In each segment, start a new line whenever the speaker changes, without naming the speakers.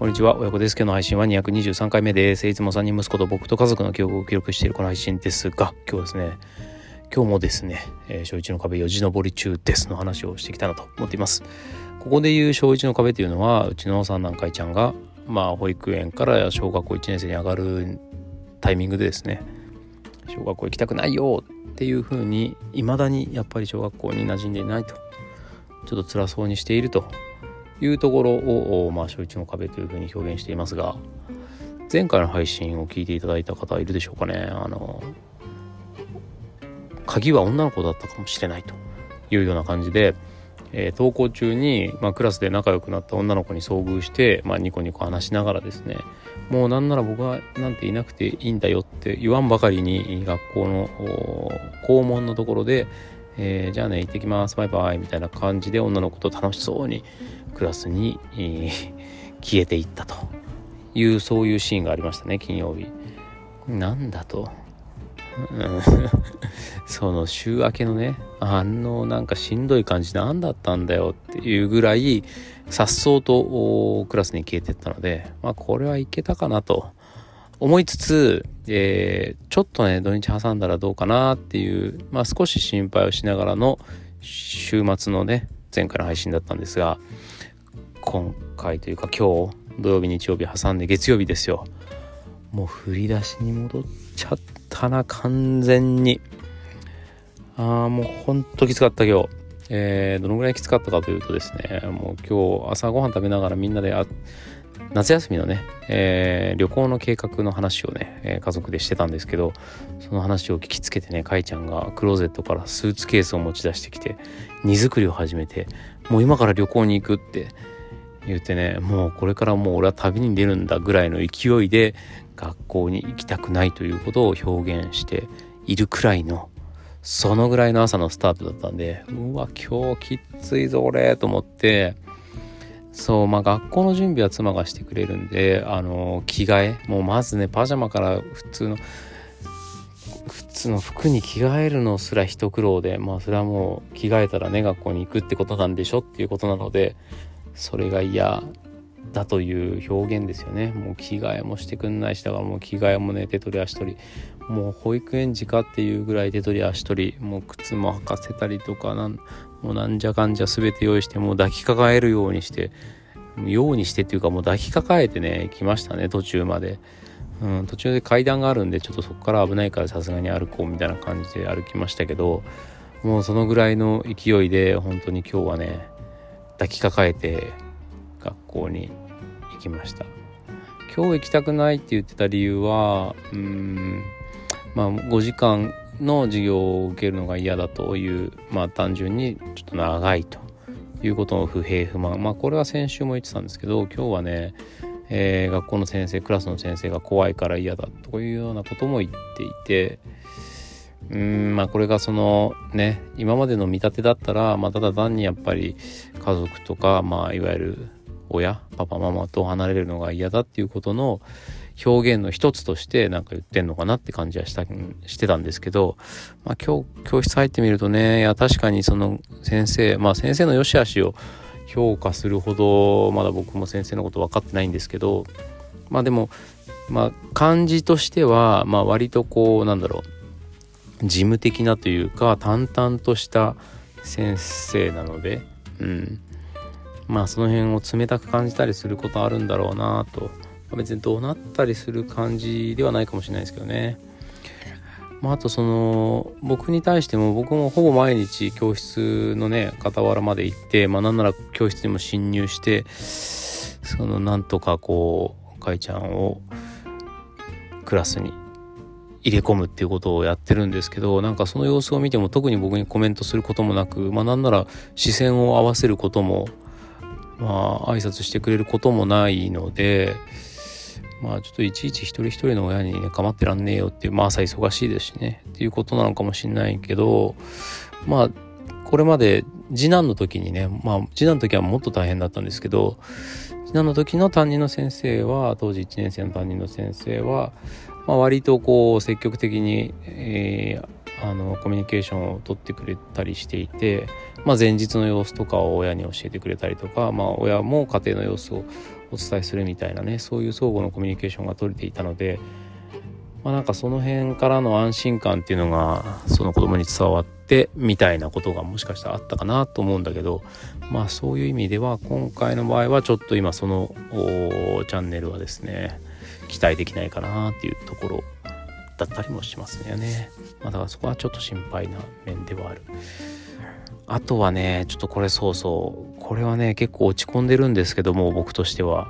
こんにちは、親子ですけどの配信は223回目です。いつも3人息子と僕と家族の記憶を記録しているこの配信ですが、今日もですね、小1の壁よじ登り中ですの話をしてきたなと思っています。ここでいう小1の壁というのは、うちの三男かいちゃんが保育園から小学校1年生に上がるタイミングでですね、小学校行きたくないよっていう風に未だにやっぱり小学校に馴染んでいないと、ちょっと辛そうにしているというところを、小1の壁というふうに表現していますが、前回の配信を聞いていただいた方いるでしょうかね。鍵は女の子だったかもしれないというような感じで、登校中に、クラスで仲良くなった女の子に遭遇して、ニコニコ話しながらですね、もうなんなら僕はなんていなくていいんだよって言わんばかりに、学校の校門のところで、じゃあね行ってきますバイバイみたいな感じで女の子と楽しそうにクラスに、消えていったというそういうシーンがありましたね、金曜日。なんだとその週明けのね、なんかしんどい感じ何だったんだよっていうぐらい颯爽とクラスに消えていったので、これはいけたかなと思いつつ、ちょっとね土日挟んだらどうかなっていう、少し心配をしながらの週末のね前回の配信だったんですが、今回というか今日土曜日日曜日挟んで月曜日ですよ。もう振り出しに戻っちゃったな、完全に。もうほんときつかった今日。どのぐらいきつかったかというとですね、もう今日朝ごはん食べながらみんなで夏休みのね、旅行の計画の話をね、家族でしてたんですけど、その話を聞きつけてね、かいちゃんがクローゼットからスーツケースを持ち出してきて荷造りを始めて、もう今から旅行に行くって言ってね、もうこれからもう俺は旅に出るんだぐらいの勢いで学校に行きたくないということを表現しているくらいの、そのぐらいの朝のスタートだったんで、うわ今日きついぞ俺と思って、そう学校の準備は妻がしてくれるんで、着替えもうまずねパジャマから普通の服に着替えるのすら一苦労で、それはもう着替えたらね学校に行くってことなんでしょっていうことなので、それが嫌だという表現ですよね。もう着替えもしてくんないし、だからもう着替えもね手取り足取り、もう保育園児かっていうぐらい手取り足取り、もう靴も履かせたりとかもうなんじゃかんじゃ全て用意して、もう抱きかかえるようにしてっていうか、もう抱きかかえてね来ましたね、途中まで。途中で階段があるんでちょっとそこから危ないからさすがに歩こうみたいな感じで歩きましたけど、もうそのぐらいの勢いで本当に今日はね抱きかかえて学校に行きました。今日行きたくないって言ってた理由は5時間の授業を受けるのが嫌だという、単純にちょっと長いということの不平不満、これは先週も言ってたんですけど、今日はね、学校の先生クラスの先生が怖いから嫌だというようなことも言っていて、これがそのね今までの見立てだったら、ただ単にやっぱり家族とか、いわゆる親パパママと離れるのが嫌だっていうことの表現の一つとしてなんか言ってんのかなって感じはしてたんですけど、今日教室入ってみるとね、いや確かにその先生の良し悪しを評価するほどまだ僕も先生のこと分かってないんですけど、でも感じとしては割と事務的なというか淡々とした先生なので、その辺を冷たく感じたりすることあるんだろうなと。別に怒鳴ったりする感じではないかもしれないですけどね。あとその僕に対しても、僕もほぼ毎日教室のね傍らまで行って、なんなら教室にも侵入して、そのなんとかかいちゃんをクラスに入れ込むっていうことをやってるんですけど、なんかその様子を見ても特に僕にコメントすることもなく、なんなら視線を合わせることも挨拶してくれることもないので、ちょっといちいち一人一人の親にね構ってらんねえよっていう、朝忙しいですしねっていうことなのかもしれないけど、これまで次男の時にね、次男の時はもっと大変だったんですけど、次男の時の担任の先生は、当時1年生の担任の先生は、割と積極的に、 コミュニケーションを取ってくれたりしていて、前日の様子とかを親に教えてくれたりとか、親も家庭の様子をお伝えするみたいなね、そういう相互のコミュニケーションが取れていたので、なんかその辺からの安心感っていうのがその子供に伝わってみたいなことがもしかしたらあったかなと思うんだけど、そういう意味では今回の場合はちょっと今そのチャンネルはですね期待できないかなっていうところだったりもしますよね。だからそこはちょっと心配な面ではある。あとはね、ちょっとこれこれはね結構落ち込んでるんですけども、僕としては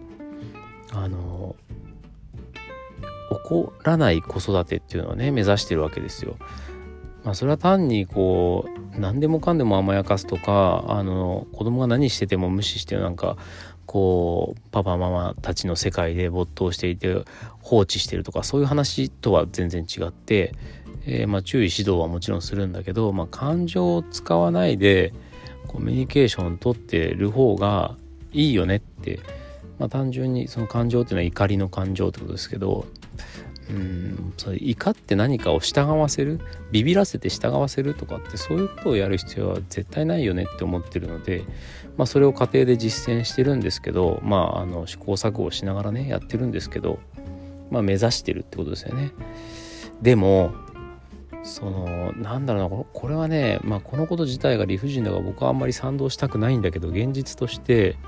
怒らない子育てっていうのをね目指してるわけですよ。それは単に何でもかんでも甘やかすとか、子供が何してても無視してなんかパパママたちの世界で没頭していて放置してるとか、そういう話とは全然違って、注意指導はもちろんするんだけど、感情を使わないでコミュニケーションを取ってる方がいいよねって、単純にその感情っていうのは怒りの感情ってことですけど、それ怒って何かを従わせる、ビビらせて従わせるとかってそういうことをやる必要は絶対ないよねって思ってるので、それを家庭で実践してるんですけど、試行錯誤しながらねやってるんですけど、目指してるってことですよね。でもなんだろうな、これはね、このこと自体が理不尽だから僕はあんまり賛同したくないんだけど、現実として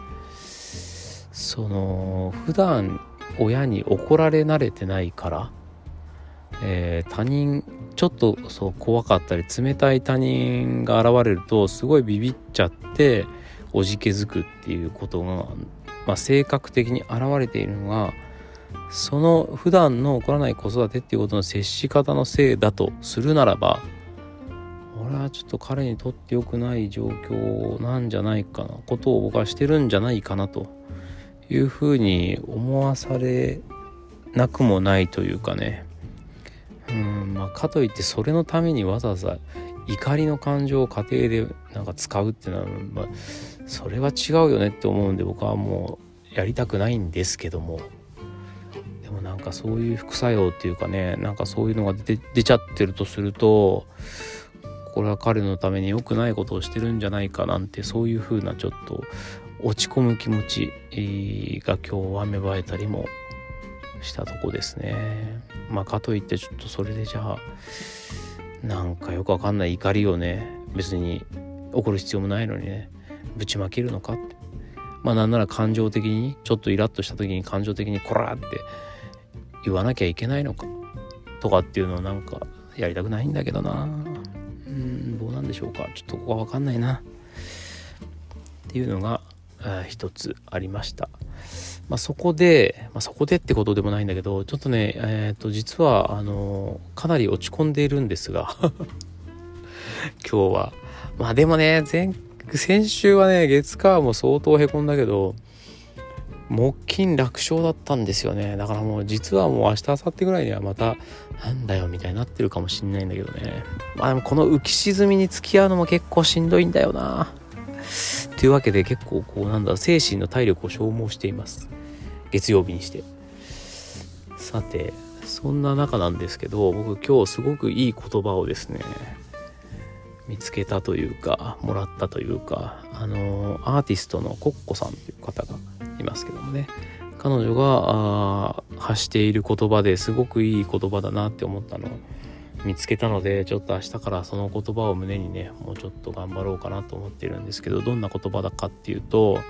普段親に怒られ慣れてないから、他人ちょっと怖かったり冷たい他人が現れるとすごいビビっちゃっておじけづくっていうことが、性格的に現れているのがその普段の起こらない子育てっていうことの接し方のせいだとするならば、俺はちょっと彼にとって良くない状況なんじゃないかな、ことを僕はしてるんじゃないかなというふうに思わされなくもないというかね。かといってそれのためにわざわざ怒りの感情を家庭でなんか使うっていうのは、それは違うよねって思うんで、僕はもうやりたくないんですけども、でもなんかそういう副作用っていうかね、なんかそういうのが出ちゃってるとすると、これは彼のために良くないことをしてるんじゃないかなんて、そういう風なちょっと落ち込む気持ちが今日は芽生えたりもしたとこですね。かといってちょっとそれでじゃあなんかよくわかんない怒りをね、別に怒る必要もないのにねぶちまけるのかって、なんなら感情的にちょっとイラッとした時に感情的にコラーって言わなきゃいけないのかとかっていうのをなんかやりたくないんだけどな。どうなんでしょうか、ちょっとここはわかんないなっていうのが一つありました。そこでってことでもないんだけど、ちょっとね実はかなり落ち込んでいるんですが今日はでもね先週はね月火も相当へこんだけど木金楽勝だったんですよね。だからもう実はもう明日明後日ぐらいにはまたなんだよみたいになってるかもしんないんだけどね。でもこの浮き沈みに付き合うのも結構しんどいんだよなというわけで、結構精神の体力を消耗しています、月曜日にして。さてそんな中なんですけど、僕今日すごくいい言葉をですね見つけたというかもらったというか、アーティストのコッコさんという方がいますけどもね、彼女が発している言葉ですごくいい言葉だなって思ったのを見つけたので、ちょっと明日からその言葉を胸にねもうちょっと頑張ろうかなと思っているんですけど、どんな言葉だかっていうと、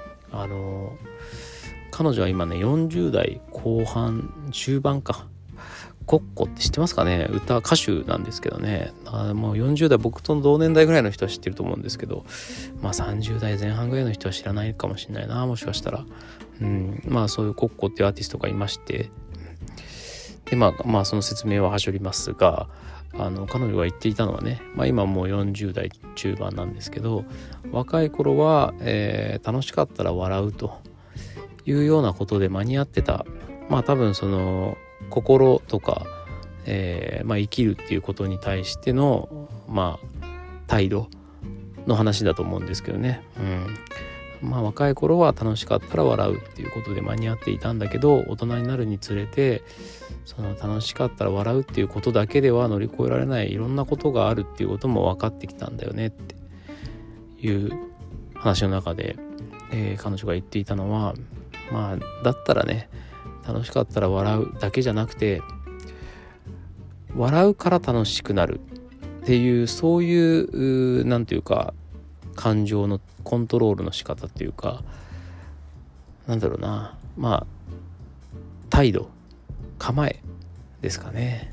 彼女は今ね40代後半中盤か。コッコって知ってますかね。歌手なんですけどね、もう40代、僕と同年代ぐらいの人は知ってると思うんですけど、30代前半ぐらいの人は知らないかもしれないな、もしかしたら。そういうコッコっていうアーティストがいまして、でその説明ははしょりますが、彼女が言っていたのはね、今もう40代中盤なんですけど、若い頃は、楽しかったら笑うというようなことで間に合ってた。多分その心とか、生きるっていうことに対しての態度の話だと思うんですけどね。 若い頃は楽しかったら笑うっていうことで間に合っていたんだけど、大人になるにつれてその楽しかったら笑うっていうことだけでは乗り越えられないいろんなことがあるっていうことも分かってきたんだよねっていう話の中で、彼女が言っていたのは、だったらね、楽しかったら笑うだけじゃなくて、笑うから楽しくなるっていう、そういうなんていうか感情のコントロールの仕方っていうか、態度、構えですかね。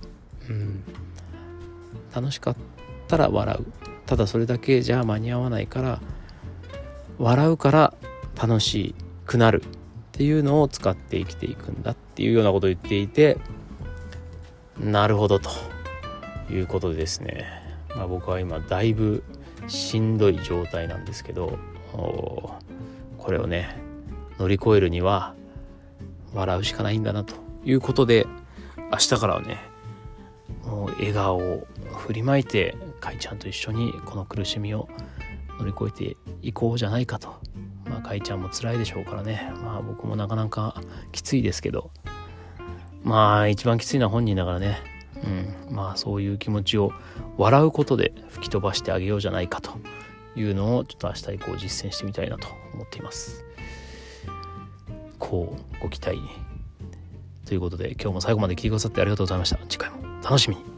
楽しかったら笑う、ただそれだけじゃ間に合わないから、笑うから楽しくなるっていうのを使って生きていくんだっていうようなことを言っていて、なるほどということでですね、僕は今だいぶしんどい状態なんですけど、これをね乗り越えるには笑うしかないんだなということで、明日からはねもう笑顔を振りまいてかいちゃんと一緒にこの苦しみを乗り越えていこうじゃないかと。かいちゃんも辛いでしょうからね、僕もなかなかきついですけど、一番きついのは本人だからね、そういう気持ちを笑うことで吹き飛ばしてあげようじゃないかというのをちょっと明日以降実践してみたいなと思っています。こうご期待にということで、今日も最後まで聞いてくださってありがとうございました。次回も楽しみに。